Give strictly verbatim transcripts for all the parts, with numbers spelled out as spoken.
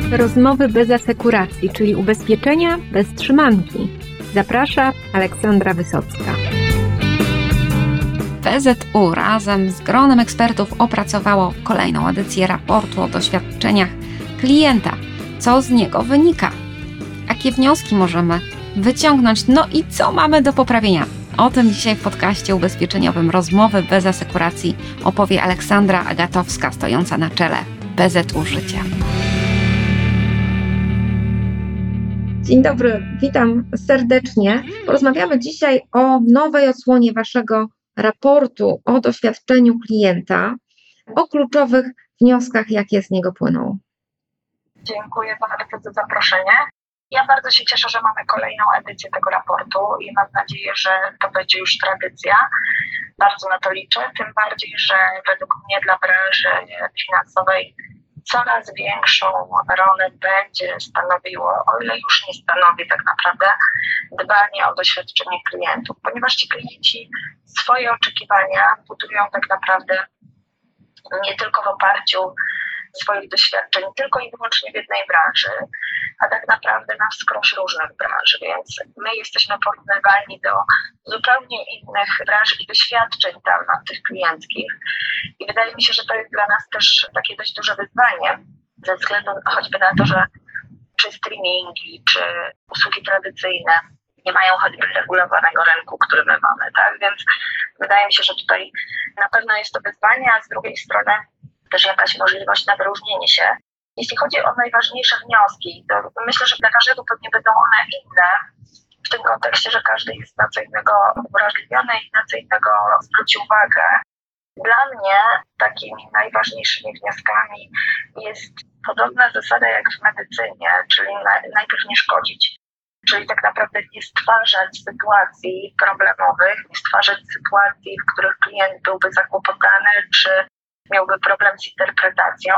Rozmowy bez asekuracji, czyli ubezpieczenia bez trzymanki. Zaprasza Aleksandra Wysocka. P Z U razem z gronem ekspertów opracowało kolejną edycję raportu o doświadczeniach klienta. Co z niego wynika? Jakie wnioski możemy wyciągnąć? No i co mamy do poprawienia? O tym dzisiaj w podcaście ubezpieczeniowym Rozmowy bez asekuracji opowie Aleksandra Agatowska, stojąca na czele P Z U Życie. Dzień dobry, witam serdecznie. Porozmawiamy dzisiaj o nowej odsłonie Waszego raportu o doświadczeniu klienta, o kluczowych wnioskach, jakie z niego płyną. Dziękuję bardzo za zaproszenie. Ja bardzo się cieszę, że mamy kolejną edycję tego raportu i mam nadzieję, że to będzie już tradycja. Bardzo na to liczę, tym bardziej, że według mnie dla branży finansowej coraz większą rolę będzie stanowiło, o ile już nie stanowi tak naprawdę, dbanie o doświadczenie klientów, ponieważ ci klienci swoje oczekiwania budują tak naprawdę nie tylko w oparciu swoich doświadczeń, tylko i wyłącznie w jednej branży, a tak naprawdę na wskroś różnych branż, więc my jesteśmy porównywalni do zupełnie innych branż i doświadczeń tam tych klienckich i wydaje mi się, że to jest dla nas też takie dość duże wyzwanie, ze względu choćby na to, że czy streamingi, czy usługi tradycyjne nie mają choćby regulowanego rynku, który my mamy, tak, więc wydaje mi się, że tutaj na pewno jest to wyzwanie, a z drugiej strony też jakaś możliwość na wyróżnienie się. Jeśli chodzi o najważniejsze wnioski, to myślę, że dla każdego pewnie będą one inne, w tym kontekście, że każdy jest na co innego uwrażliwiony i na co innego zwróci uwagę. Dla mnie takimi najważniejszymi wnioskami jest podobna zasada jak w medycynie, czyli najpierw nie szkodzić. Czyli tak naprawdę nie stwarzać sytuacji problemowych, nie stwarzać sytuacji, w których klient byłby zakłopotany, czy miałby problem z interpretacją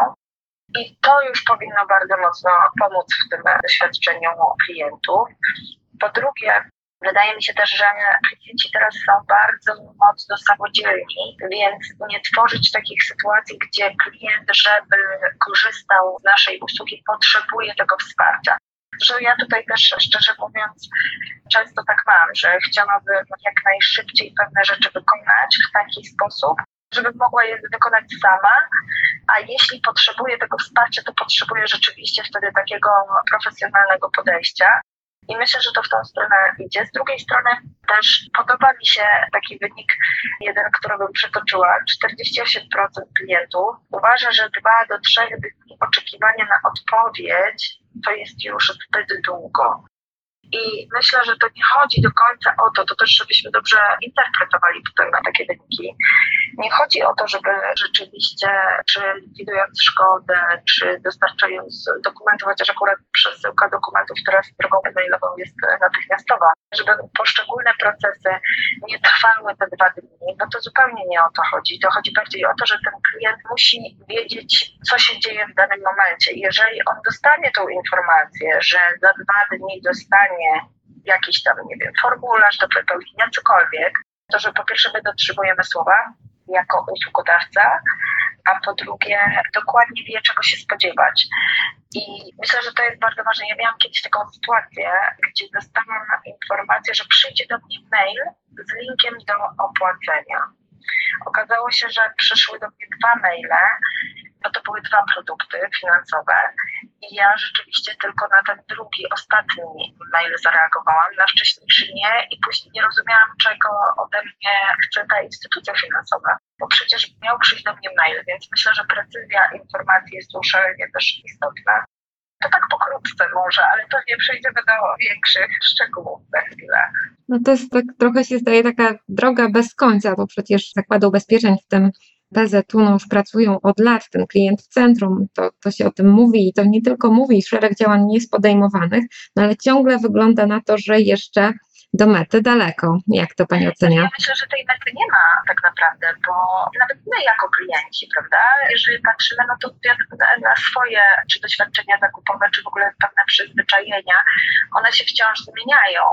i to już powinno bardzo mocno pomóc w tym doświadczeniu klientów. Po drugie, wydaje mi się też, że klienci teraz są bardzo mocno samodzielni, więc nie tworzyć takich sytuacji, gdzie klient, żeby korzystał z naszej usługi, potrzebuje tego wsparcia. Że ja tutaj też, szczerze mówiąc, często tak mam, że chciałabym jak najszybciej pewne rzeczy wykonać w taki sposób, żebym mogła je wykonać sama, a jeśli potrzebuję tego wsparcia, to potrzebuję rzeczywiście wtedy takiego profesjonalnego podejścia. I myślę, że to w tą stronę idzie. Z drugiej strony też podoba mi się taki wynik jeden, który bym przytoczyła. czterdzieści osiem procent klientów uważa, że dwa do trzech dni oczekiwania na odpowiedź to jest już zbyt długo. I myślę, że to nie chodzi do końca o to, to też żebyśmy dobrze interpretowali tutaj na takie wyniki. Nie chodzi o to, żeby rzeczywiście, czy likwidując szkodę, czy dostarczając dokumentu, chociaż akurat przesyłka dokumentów teraz drogą e-mailową jest natychmiastowa, żeby poszczególne procesy nie trwały te dwa dni, bo to zupełnie nie o to chodzi. To chodzi bardziej o to, że ten klient musi wiedzieć, co się dzieje w danym momencie. Jeżeli on dostanie tą informację, że za dwa dni dostanie jakiś tam, nie wiem, formularz do wypełnienia, cokolwiek, to że po pierwsze my dotrzymujemy słowa jako usługodawca, a po drugie dokładnie wie, czego się spodziewać. I myślę, że to jest bardzo ważne. Ja miałam kiedyś taką sytuację, gdzie dostałam informację, że przyjdzie do mnie mail z linkiem do opłacenia. Okazało się, że przyszły do mnie dwa maile, bo to były dwa produkty finansowe i ja rzeczywiście tylko na ten drugi, ostatni mail zareagowałam, na wcześniejszy nie i później nie rozumiałam, czego ode mnie chce ta instytucja finansowa, bo przecież miał przyjść do mnie mail, więc myślę, że precyzja informacji jest tu szalenie też istotna. To tak pokrótce może, ale pewnie przejdziemy do większych szczegółów za chwilę. No to jest tak, trochę się zdaje taka droga bez końca, bo przecież zakłady ubezpieczeń, w tym P Z U, no już pracują od lat, ten klient w centrum, to, to się o tym mówi i to nie tylko mówi, szereg działań jest podejmowanych, no ale ciągle wygląda na to, że jeszcze do mety daleko. Jak to Pani ocenia? Ja myślę, że tej mety nie ma tak naprawdę, bo nawet my jako klienci, prawda, jeżeli patrzymy no to na swoje czy doświadczenia zakupowe, czy w ogóle pewne przyzwyczajenia, one się wciąż zmieniają.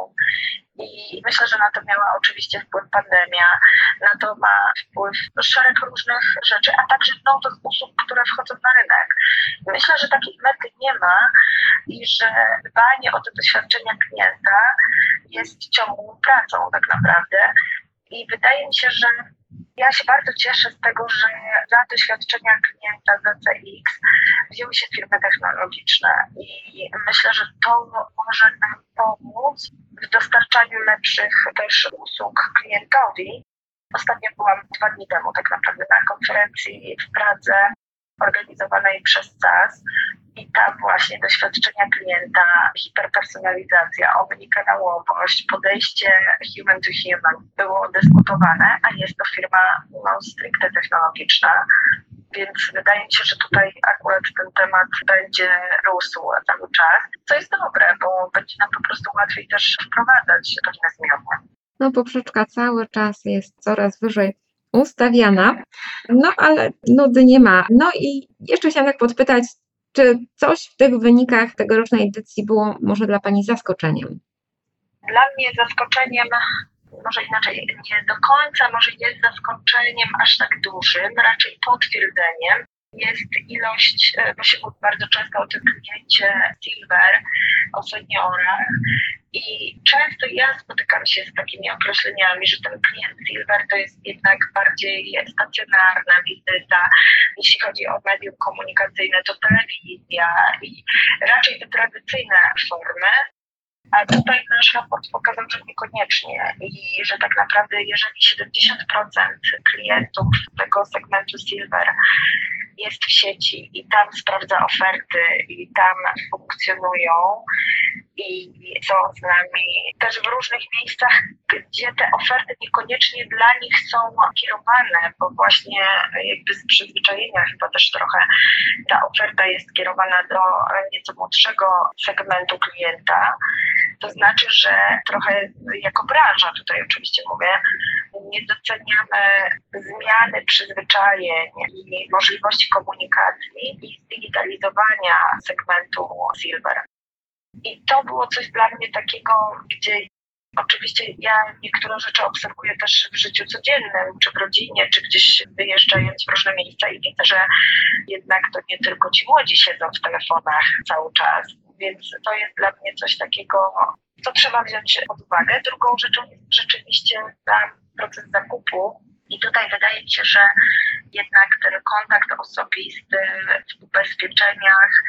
I myślę, że na to miała oczywiście wpływ pandemia, na to ma wpływ szereg różnych rzeczy, a także nowych usług, które wchodzą na rynek. Myślę, że takiej mety nie ma i że dbanie o te doświadczenia klienta jest ciągłą pracą tak naprawdę. I wydaje mi się, że ja się bardzo cieszę z tego, że za doświadczenia klienta Z C X wzięły się firmy technologiczne i myślę, że to może nam pomóc w dostarczaniu lepszych też usług klientowi. Ostatnio byłam dwa dni temu tak naprawdę na konferencji w Pradze organizowanej przez C A S i tam właśnie doświadczenia klienta, hiperpersonalizacja, omnikanałowość, podejście human to human było dyskutowane, a jest to firma no, stricte technologiczna. Więc wydaje mi się, że tutaj akurat ten temat będzie rósł cały czas, co jest dobre, bo będzie nam po prostu łatwiej też wprowadzać pewne zmiany. No poprzeczka cały czas jest coraz wyżej ustawiana, no ale nudy nie ma. No i jeszcze chciałam tak podpytać, czy coś w tych wynikach tegorocznej edycji było może dla Pani zaskoczeniem? Dla mnie zaskoczeniem, może inaczej, nie do końca, może jest zaskoczeniem aż tak dużym, raczej potwierdzeniem jest ilość, bo się mówi bardzo często o tym kliencie Silver, o seniorach i często ja spotykam się z takimi określeniami, że ten klient Silver to jest jednak bardziej stacjonarna wizyta, jeśli chodzi o medium komunikacyjne, to telewizja i raczej te tradycyjne formy. A tutaj nasz raport pokazał, że niekoniecznie i że tak naprawdę jeżeli siedemdziesiąt procent klientów tego segmentu Silver jest w sieci i tam sprawdza oferty i tam funkcjonują i są z nami też w różnych miejscach, gdzie te oferty niekoniecznie dla nich są kierowane, bo właśnie jakby z przyzwyczajenia chyba też trochę ta oferta jest kierowana do nieco młodszego segmentu klienta. To znaczy, że trochę jako branża, tutaj oczywiście mówię, nie doceniamy zmiany przyzwyczajeń i możliwości komunikacji i zdigitalizowania segmentu Silver. I to było coś dla mnie takiego, gdzie oczywiście ja niektóre rzeczy obserwuję też w życiu codziennym, czy w rodzinie, czy gdzieś wyjeżdżając w różne miejsca i widzę, że jednak to nie tylko ci młodzi siedzą w telefonach cały czas. Więc to jest dla mnie coś takiego, co trzeba wziąć pod uwagę. Drugą rzeczą jest rzeczywiście sam proces zakupu. I tutaj wydaje mi się, że jednak ten kontakt osobisty w ubezpieczeniach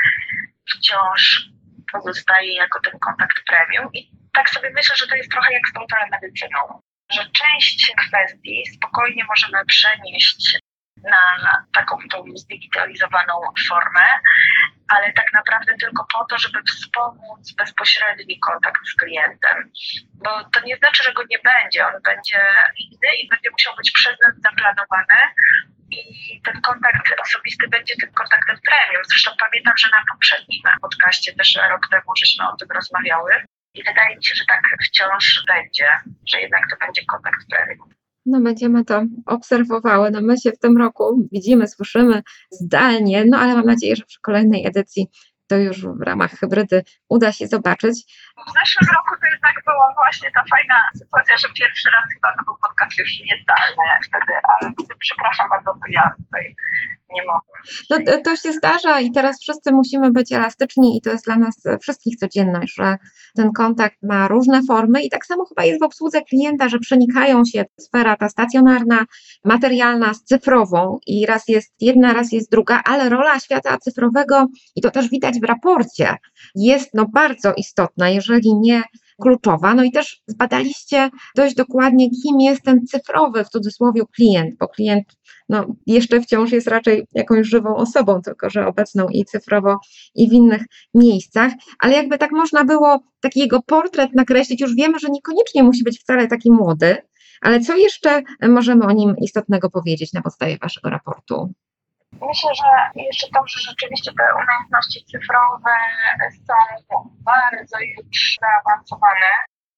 wciąż pozostaje jako ten kontakt premium. I tak sobie myślę, że to jest trochę jak z tą telemedycyną, że część kwestii spokojnie możemy przenieść na taką tą zdigitalizowaną formę, ale tak naprawdę tylko po to, żeby wspomóc bezpośredni kontakt z klientem. Bo to nie znaczy, że go nie będzie, on będzie inny i będzie musiał być przez nas zaplanowany i ten kontakt osobisty będzie tym kontaktem premium. Zresztą pamiętam, że na poprzednim podcaście też rok temu żeśmy o tym rozmawiały i wydaje mi się, że tak wciąż będzie, że jednak to będzie kontakt premium. No będziemy to obserwowały. No my się w tym roku widzimy, słyszymy zdalnie, no ale mam nadzieję, że przy kolejnej edycji to już w ramach hybrydy uda się zobaczyć. W zeszłym roku to jednak była właśnie ta fajna sytuacja, że pierwszy raz chyba to był podcast już niezdalny wtedy, ale przepraszam bardzo, to ja tutaj nie mogłem. No to, to się zdarza i teraz wszyscy musimy być elastyczni i to jest dla nas wszystkich codzienność, że ten kontakt ma różne formy i tak samo chyba jest w obsłudze klienta, że przenikają się sfera ta stacjonarna, materialna z cyfrową i raz jest jedna, raz jest druga, ale rola świata cyfrowego, i to też widać w raporcie, jest no bardzo istotna, jeżeli nie kluczowa. No i też zbadaliście dość dokładnie, kim jest ten cyfrowy, w cudzysłowie, klient, bo klient no, jeszcze wciąż jest raczej jakąś żywą osobą, tylko że obecną i cyfrowo, i w innych miejscach, ale jakby tak można było taki jego portret nakreślić, już wiemy, że niekoniecznie musi być wcale taki młody, ale co jeszcze możemy o nim istotnego powiedzieć na podstawie waszego raportu? Myślę, że jeszcze to, że rzeczywiście te umiejętności cyfrowe są bardzo już zaawansowane.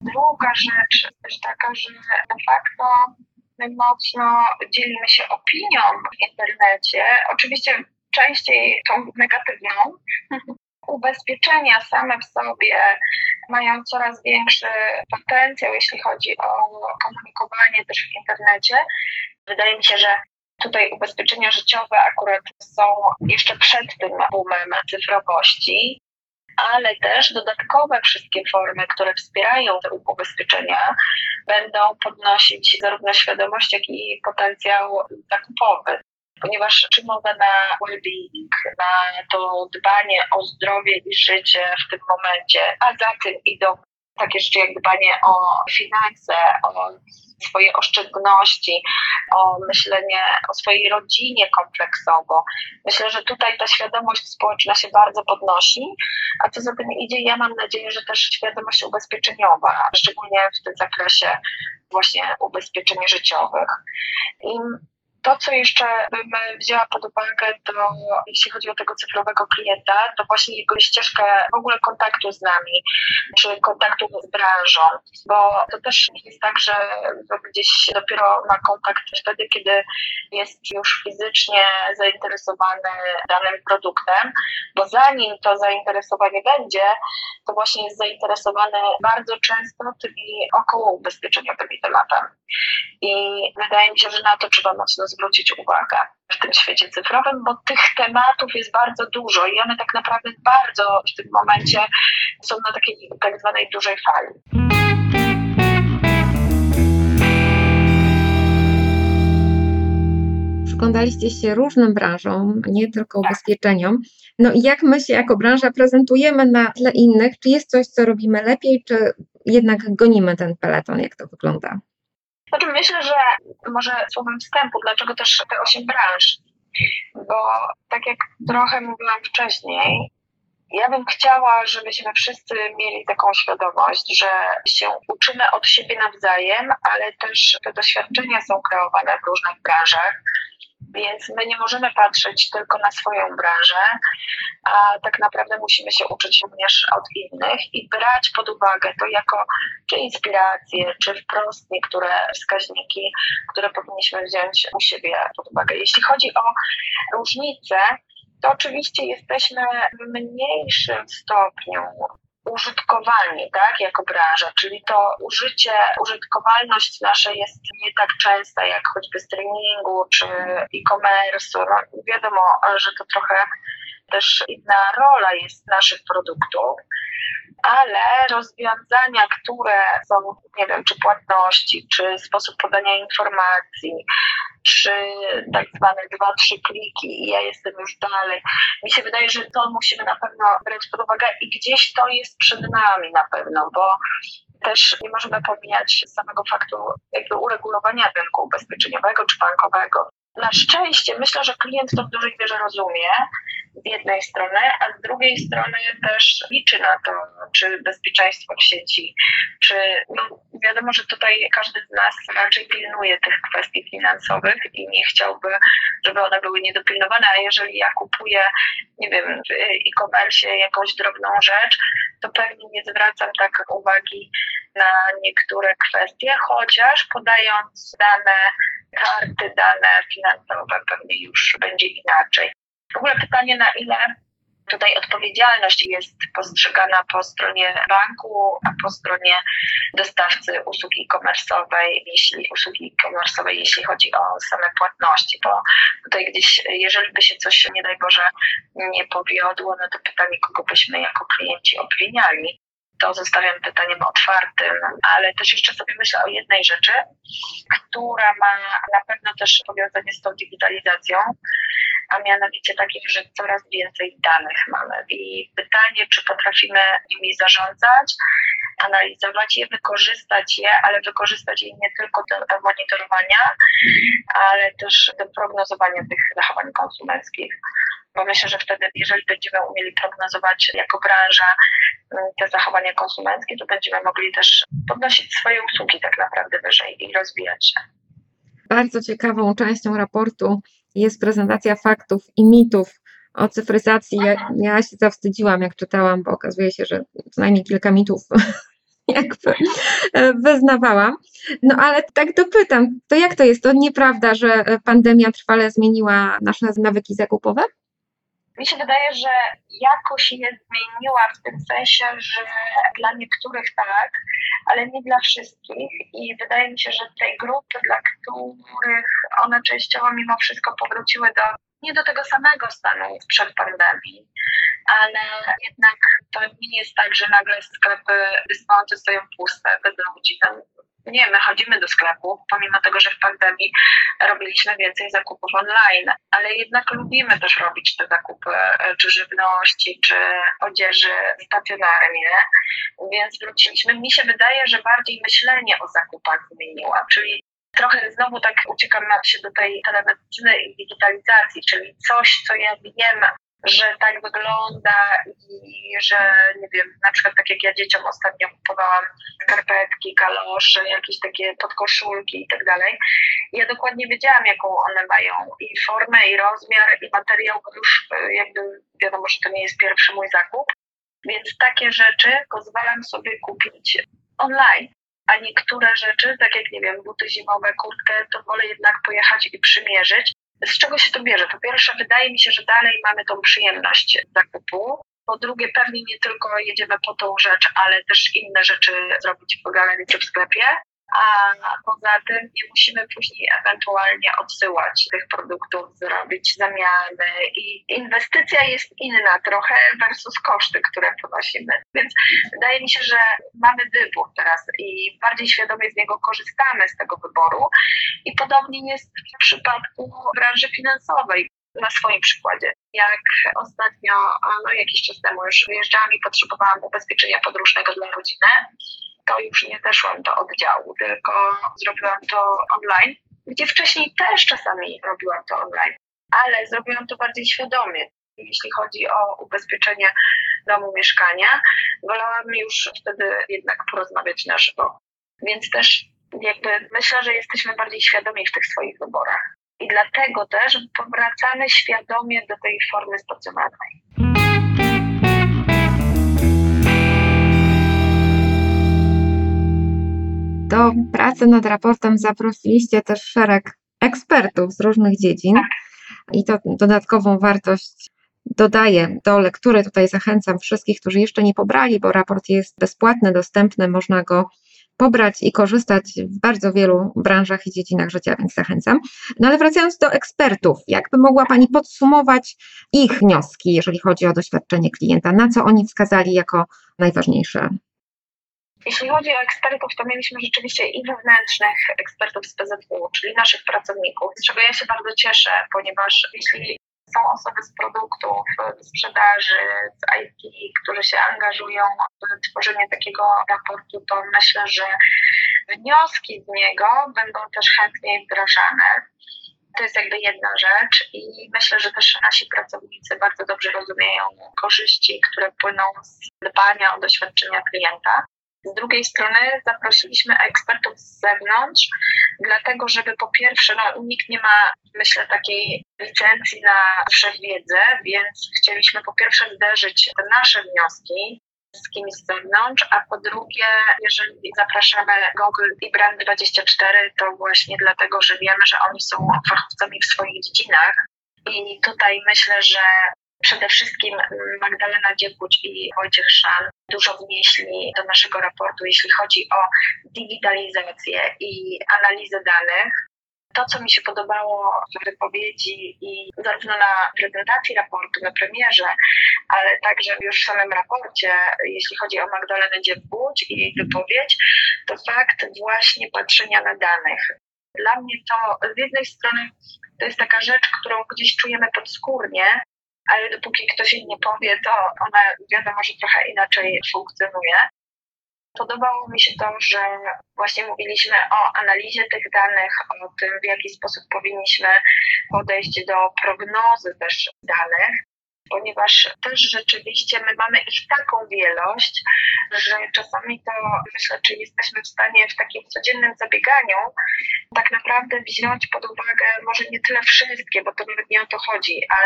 Druga rzecz jest taka, że de facto my mocno dzielimy się opinią w internecie, oczywiście częściej tą negatywną. Ubezpieczenia same w sobie mają coraz większy potencjał, jeśli chodzi o komunikowanie też w internecie. Wydaje mi się, że tutaj ubezpieczenia życiowe akurat są jeszcze przed tym boomem cyfrowości, ale też dodatkowe wszystkie formy, które wspierają te ubezpieczenia, będą podnosić zarówno świadomość, jak i potencjał zakupowy. Ponieważ czy mowa na well-being, na to dbanie o zdrowie i życie w tym momencie, a za tym idą takie rzeczy jak dbanie o finanse, o swoje oszczędności, o myślenie o swojej rodzinie kompleksowo. Myślę, że tutaj ta świadomość społeczna się bardzo podnosi, a co za tym idzie, ja mam nadzieję, że też świadomość ubezpieczeniowa, szczególnie w tym zakresie właśnie ubezpieczeń życiowych. I to, co jeszcze bym wzięła pod uwagę, to jeśli chodzi o tego cyfrowego klienta, to właśnie jego ścieżkę w ogóle kontaktu z nami, czy kontaktu z branżą, bo to też jest tak, że gdzieś dopiero ma kontakt wtedy, kiedy jest już fizycznie zainteresowany danym produktem, bo zanim to zainteresowanie będzie, to właśnie jest zainteresowany bardzo często tymi okołoubezpieczeniowymi tematami. I wydaje mi się, że na to trzeba mocno zwrócić uwagę w tym świecie cyfrowym, bo tych tematów jest bardzo dużo i one tak naprawdę bardzo w tym momencie są na takiej tak zwanej dużej fali. Przyglądaliście się różnym branżom, nie tylko ubezpieczeniom. No i jak my się jako branża prezentujemy na tle innych? Czy jest coś, co robimy lepiej, czy jednak gonimy ten peleton? Jak to wygląda? Znaczy myślę, że może słowem wstępu, dlaczego też te osiem branż, bo tak jak trochę mówiłam wcześniej, ja bym chciała, żebyśmy wszyscy mieli taką świadomość, że się uczymy od siebie nawzajem, ale też te doświadczenia są kreowane w różnych branżach, więc my nie możemy patrzeć tylko na swoją branżę, a tak naprawdę musimy się uczyć również od innych i brać pod uwagę to jako czy inspiracje, czy wprost niektóre wskaźniki, które powinniśmy wziąć u siebie pod uwagę. Jeśli chodzi o różnice, to oczywiście jesteśmy w mniejszym stopniu użytkowani, tak, jako branża, czyli to użycie, użytkowalność nasza jest nie tak częsta jak choćby streamingu czy e-commerce. No, wiadomo, że to trochę też inna rola jest naszych produktów, ale rozwiązania, które są, nie wiem, czy płatności, czy sposób podania informacji, czy tak zwane dwa, trzy kliki i ja jestem już dalej. Mi się wydaje, że to musimy na pewno brać pod uwagę i gdzieś to jest przed nami na pewno, bo też nie możemy pomijać samego faktu jakby uregulowania rynku ubezpieczeniowego czy bankowego. Na szczęście myślę, że klient to w dużej mierze rozumie z jednej strony, a z drugiej strony też liczy na to, czy bezpieczeństwo w sieci, czy no wiadomo, że tutaj każdy z nas raczej pilnuje tych kwestii finansowych i nie chciałby, żeby one były niedopilnowane, a jeżeli ja kupuję, nie wiem, w e-commerce jakąś drobną rzecz, to pewnie nie zwracam tak uwagi na niektóre kwestie, chociaż podając dane karty, dane finansowe pewnie już będzie inaczej. W ogóle pytanie, na ile tutaj odpowiedzialność jest postrzegana po stronie banku, a po stronie dostawcy usługi e-commerce'owej, jeśli usługi e-commerce'owej, jeśli chodzi o same płatności, bo tutaj gdzieś, jeżeli by się coś, nie daj Boże, nie powiodło, no to pytanie, kogo byśmy jako klienci obwiniali. To zostawiam pytaniem otwartym, ale też jeszcze sobie myślę o jednej rzeczy, która ma na pewno też powiązanie z tą digitalizacją, a mianowicie takich, że coraz więcej danych mamy. I pytanie, czy potrafimy nimi zarządzać, analizować je, wykorzystać je, ale wykorzystać je nie tylko do, do monitorowania, ale też do prognozowania tych zachowań konsumenckich. Bo myślę, że wtedy, jeżeli będziemy umieli prognozować jako branża te zachowania konsumenckie, to będziemy mogli też podnosić swoje usługi tak naprawdę wyżej i rozwijać się. Bardzo ciekawą częścią raportu jest prezentacja faktów i mitów o cyfryzacji. Ja, ja się zawstydziłam, jak czytałam, bo okazuje się, że co najmniej kilka mitów jakby e, wyznawałam. No ale tak dopytam, to jak to jest? To nieprawda, że pandemia trwale zmieniła nasze nawyki zakupowe? Mi się wydaje, że jakoś je zmieniła w tym sensie, że dla niektórych tak, ale nie dla wszystkich i wydaje mi się, że tej grupy, dla których one częściowo mimo wszystko powróciły do, nie do tego samego stanu sprzed pandemii, ale jednak to nie jest tak, że nagle sklepy, dyskonty stoją puste, bez ludzi. Nie, my chodzimy do sklepu, pomimo tego, że w pandemii robiliśmy więcej zakupów online, ale jednak lubimy też robić te zakupy, czy żywności, czy odzieży stacjonarnie, więc wróciliśmy. Mi się wydaje, że bardziej myślenie o zakupach zmieniła, czyli trochę znowu tak uciekam się do tej telemedycyny i digitalizacji, czyli coś, co ja wiem, że tak wygląda i że, nie wiem, na przykład tak jak ja dzieciom ostatnio kupowałam skarpetki, kalosze, jakieś takie podkoszulki i tak dalej. Ja dokładnie wiedziałam, jaką one mają i formę, i rozmiar, i materiał, bo już jakby wiadomo, że to nie jest pierwszy mój zakup, więc takie rzeczy pozwalam sobie kupić online. A niektóre rzeczy, tak jak, nie wiem, buty zimowe, kurtkę, to wolę jednak pojechać i przymierzyć. Z czego się to bierze? Po pierwsze, wydaje mi się, że dalej mamy tą przyjemność zakupu. Po drugie, pewnie nie tylko jedziemy po tą rzecz, ale też inne rzeczy zrobić w galerii czy w sklepie. A poza tym nie musimy później ewentualnie odsyłać tych produktów, zrobić zamiany i inwestycja jest inna trochę versus koszty, które ponosimy. Więc wydaje mi się, że mamy wybór teraz i bardziej świadomie z niego korzystamy, z tego wyboru. I podobnie jest w przypadku branży finansowej. Na swoim przykładzie. Jak ostatnio, no jakiś czas temu już wyjeżdżałam i potrzebowałam ubezpieczenia podróżnego dla rodziny, to już nie zeszłam do oddziału, tylko zrobiłam to online, gdzie wcześniej też czasami robiłam to online, ale zrobiłam to bardziej świadomie. Jeśli chodzi o ubezpieczenie domu, mieszkania, wolałam już wtedy jednak porozmawiać na żywo. Więc też jakby myślę, że jesteśmy bardziej świadomi w tych swoich wyborach. I dlatego też powracamy świadomie do tej formy stacjonarnej. Do pracy nad raportem zaprosiliście też szereg ekspertów z różnych dziedzin i to dodatkową wartość dodaję do lektury. Tutaj zachęcam wszystkich, którzy jeszcze nie pobrali, bo raport jest bezpłatny, dostępny, można go pobrać i korzystać w bardzo wielu branżach i dziedzinach życia, więc zachęcam. No ale wracając do ekspertów, jakby mogła Pani podsumować ich wnioski, jeżeli chodzi o doświadczenie klienta, na co oni wskazali jako najważniejsze? Jeśli chodzi o ekspertów, to mieliśmy rzeczywiście i wewnętrznych ekspertów z P Z W, czyli naszych pracowników, z czego ja się bardzo cieszę, ponieważ jeśli są osoby z produktów, z sprzedaży, z I T, którzy się angażują w tworzenie takiego raportu, to myślę, że wnioski z niego będą też chętniej wdrażane. To jest jakby jedna rzecz i myślę, że też nasi pracownicy bardzo dobrze rozumieją korzyści, które płyną z dbania o doświadczenia klienta. Z drugiej strony zaprosiliśmy ekspertów z zewnątrz, dlatego żeby po pierwsze, no, nikt nie ma, myślę, takiej licencji na wszechwiedzę, więc chcieliśmy po pierwsze zderzyć te nasze wnioski z kimś z zewnątrz, a po drugie, jeżeli zapraszamy Google i Brand dwadzieścia cztery, to właśnie dlatego, że wiemy, że oni są fachowcami w swoich dziedzinach i tutaj myślę, że przede wszystkim Magdalena Dziekuć i Wojciech Szan dużo wnieśli do naszego raportu, jeśli chodzi o digitalizację i analizę danych. To, co mi się podobało w wypowiedzi i zarówno na prezentacji raportu, na premierze, ale także już w samym raporcie, jeśli chodzi o Magdalenę Dziekuć i jej wypowiedź, to fakt właśnie patrzenia na danych. Dla mnie to z jednej strony to jest taka rzecz, którą gdzieś czujemy podskórnie, ale dopóki ktoś jej nie powie, to ona wiadomo, że trochę inaczej funkcjonuje. Podobało mi się to, że właśnie mówiliśmy o analizie tych danych, o tym, w jaki sposób powinniśmy podejść do prognozy też danych, ponieważ też rzeczywiście my mamy ich taką wielość, że czasami to myślę, czy jesteśmy w stanie w takim codziennym zabieganiu tak naprawdę wziąć pod uwagę może nie tyle wszystkie, bo to nawet nie o to chodzi, ale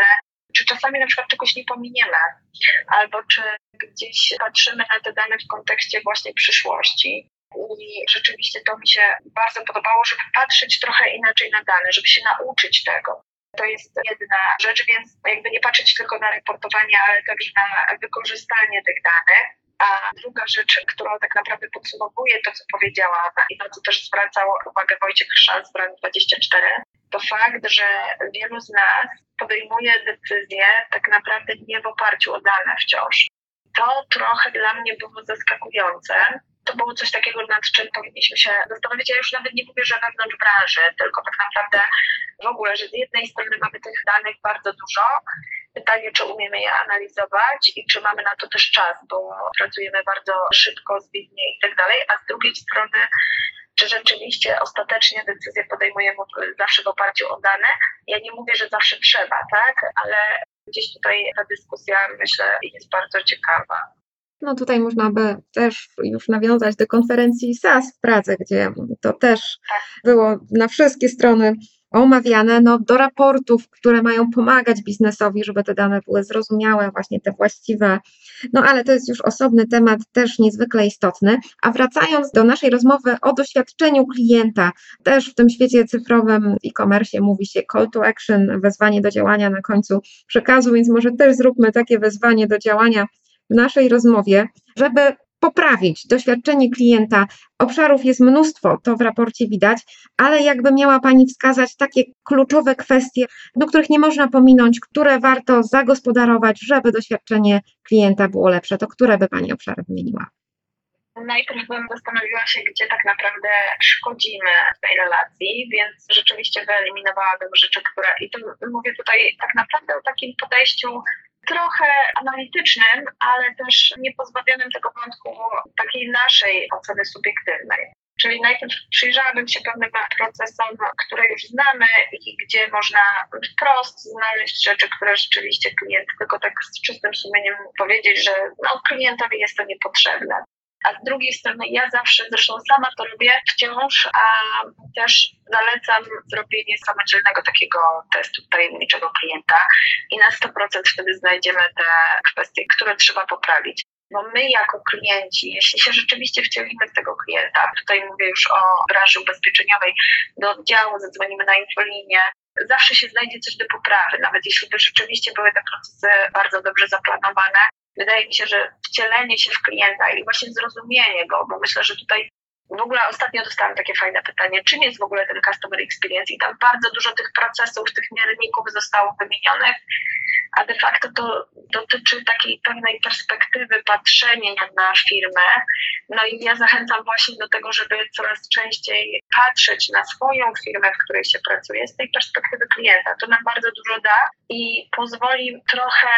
Czy czasami na przykład czegoś nie pominiemy, albo czy gdzieś patrzymy na te dane w kontekście właśnie przyszłości. I rzeczywiście to mi się bardzo podobało, żeby patrzeć trochę inaczej na dane, żeby się nauczyć tego. To jest jedna rzecz, więc jakby nie patrzeć tylko na raportowanie, ale także na wykorzystanie tych danych. A druga rzecz, która tak naprawdę podsumowuje to, co powiedziałam i na co też zwracał uwagę Wojciech Chrzan z Brand dwadzieścia cztery, to fakt, że wielu z nas podejmuje decyzje tak naprawdę nie w oparciu o dane wciąż. To trochę dla mnie było zaskakujące. To było coś takiego, nad czym powinniśmy się zastanowić. Ja już nawet nie mówię, że wewnątrz branży, tylko tak naprawdę w ogóle, że z jednej strony mamy tych danych bardzo dużo. Pytanie, czy umiemy je analizować i czy mamy na to też czas, bo pracujemy bardzo szybko, zwinnie i tak dalej, a z drugiej strony, czy rzeczywiście ostatecznie decyzje podejmujemy zawsze w oparciu o dane. Ja nie mówię, że zawsze trzeba, tak, ale gdzieś tutaj ta dyskusja, myślę, jest bardzo ciekawa. No tutaj można by też już nawiązać do konferencji S A S w Pradze, gdzie to też było na wszystkie strony omawiane, no do raportów, które mają pomagać biznesowi, żeby te dane były zrozumiałe, właśnie te właściwe. No ale to jest już osobny temat, też niezwykle istotny. A wracając do naszej rozmowy o doświadczeniu klienta, też w tym świecie cyfrowym e-commerce mówi się call to action, wezwanie do działania na końcu przekazu, więc może też zróbmy takie wezwanie do działania w naszej rozmowie, żeby poprawić doświadczenie klienta. Obszarów jest mnóstwo, to w raporcie widać, ale jakby miała Pani wskazać takie kluczowe kwestie, do których nie można pominąć, które warto zagospodarować, żeby doświadczenie klienta było lepsze, to które by Pani obszary wymieniła? Najpierw bym zastanowiła się, gdzie tak naprawdę szkodzimy tej relacji, więc rzeczywiście wyeliminowałabym rzeczy, które, i to mówię tutaj tak naprawdę o takim podejściu trochę analitycznym, ale też nie pozbawionym tego wątku takiej naszej oceny subiektywnej. Czyli najpierw przyjrzałabym się pewnym procesom, które już znamy i gdzie można wprost znaleźć rzeczy, które rzeczywiście klient, tylko tak z czystym sumieniem powiedzieć, że no, klientowi jest to niepotrzebne. A z drugiej strony ja zawsze, zresztą sama to robię wciąż, a też zalecam zrobienie samodzielnego takiego testu tajemniczego klienta i na sto procent wtedy znajdziemy te kwestie, które trzeba poprawić. Bo my jako klienci, jeśli się rzeczywiście wcielimy w tego klienta, tutaj mówię już o branży ubezpieczeniowej, do oddziału zadzwonimy na infolinię, zawsze się znajdzie coś do poprawy, nawet jeśli by rzeczywiście były te procesy bardzo dobrze zaplanowane. Wydaje mi się, że wcielenie się w klienta i właśnie zrozumienie go, bo myślę, że tutaj w ogóle ostatnio dostałam takie fajne pytanie, czym jest w ogóle ten customer experience i tam bardzo dużo tych procesów, tych mierników zostało wymienionych, a de facto to dotyczy takiej pewnej perspektywy patrzenia na firmę. No i ja zachęcam właśnie do tego, żeby coraz częściej patrzeć na swoją firmę, w której się pracuje, z tej perspektywy klienta. To nam bardzo dużo da i pozwoli trochę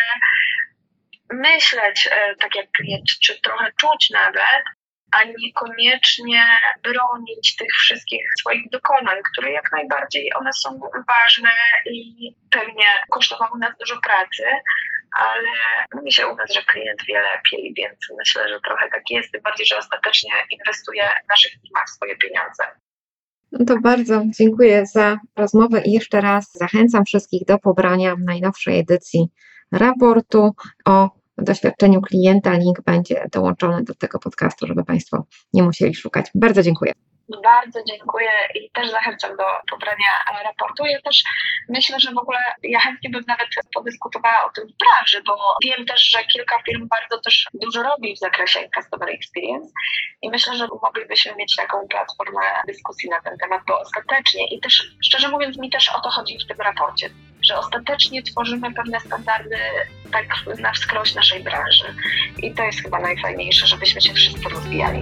myśleć tak jak klient, czy trochę czuć nawet, a niekoniecznie bronić tych wszystkich swoich dokonań, które jak najbardziej one są ważne i pewnie kosztowały nas dużo pracy, ale mówi się u nas, że klient wie lepiej, więc myślę, że trochę tak jest, tym bardziej, że ostatecznie inwestuje w naszych firmach swoje pieniądze. No to bardzo dziękuję za rozmowę i jeszcze raz zachęcam wszystkich do pobrania najnowszej edycji raportu o doświadczeniu klienta. Link będzie dołączony do tego podcastu, żeby Państwo nie musieli szukać. Bardzo dziękuję. Bardzo dziękuję i też zachęcam do pobrania raportu. Ja też myślę, że w ogóle ja chętnie bym nawet podyskutowała o tym w branży, bo wiem też, że kilka firm bardzo też dużo robi w zakresie customer experience i myślę, że moglibyśmy mieć taką platformę dyskusji na ten temat, bo ostatecznie i też szczerze mówiąc mi też o to chodzi w tym raporcie, że ostatecznie tworzymy pewne standardy tak na wskroś naszej branży i to jest chyba najfajniejsze, żebyśmy się wszyscy rozwijali.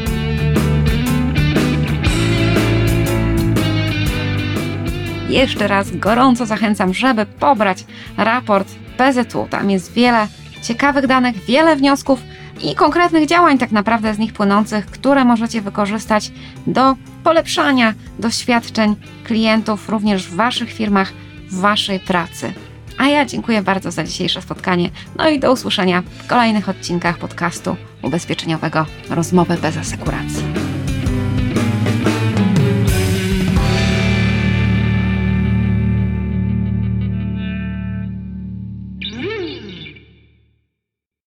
Jeszcze raz gorąco zachęcam, żeby pobrać raport P Z U. Tam jest wiele ciekawych danych, wiele wniosków i konkretnych działań tak naprawdę z nich płynących, które możecie wykorzystać do polepszania doświadczeń klientów również w Waszych firmach, w Waszej pracy. A ja dziękuję bardzo za dzisiejsze spotkanie, no i do usłyszenia w kolejnych odcinkach podcastu ubezpieczeniowego Rozmowy bez asekuracji.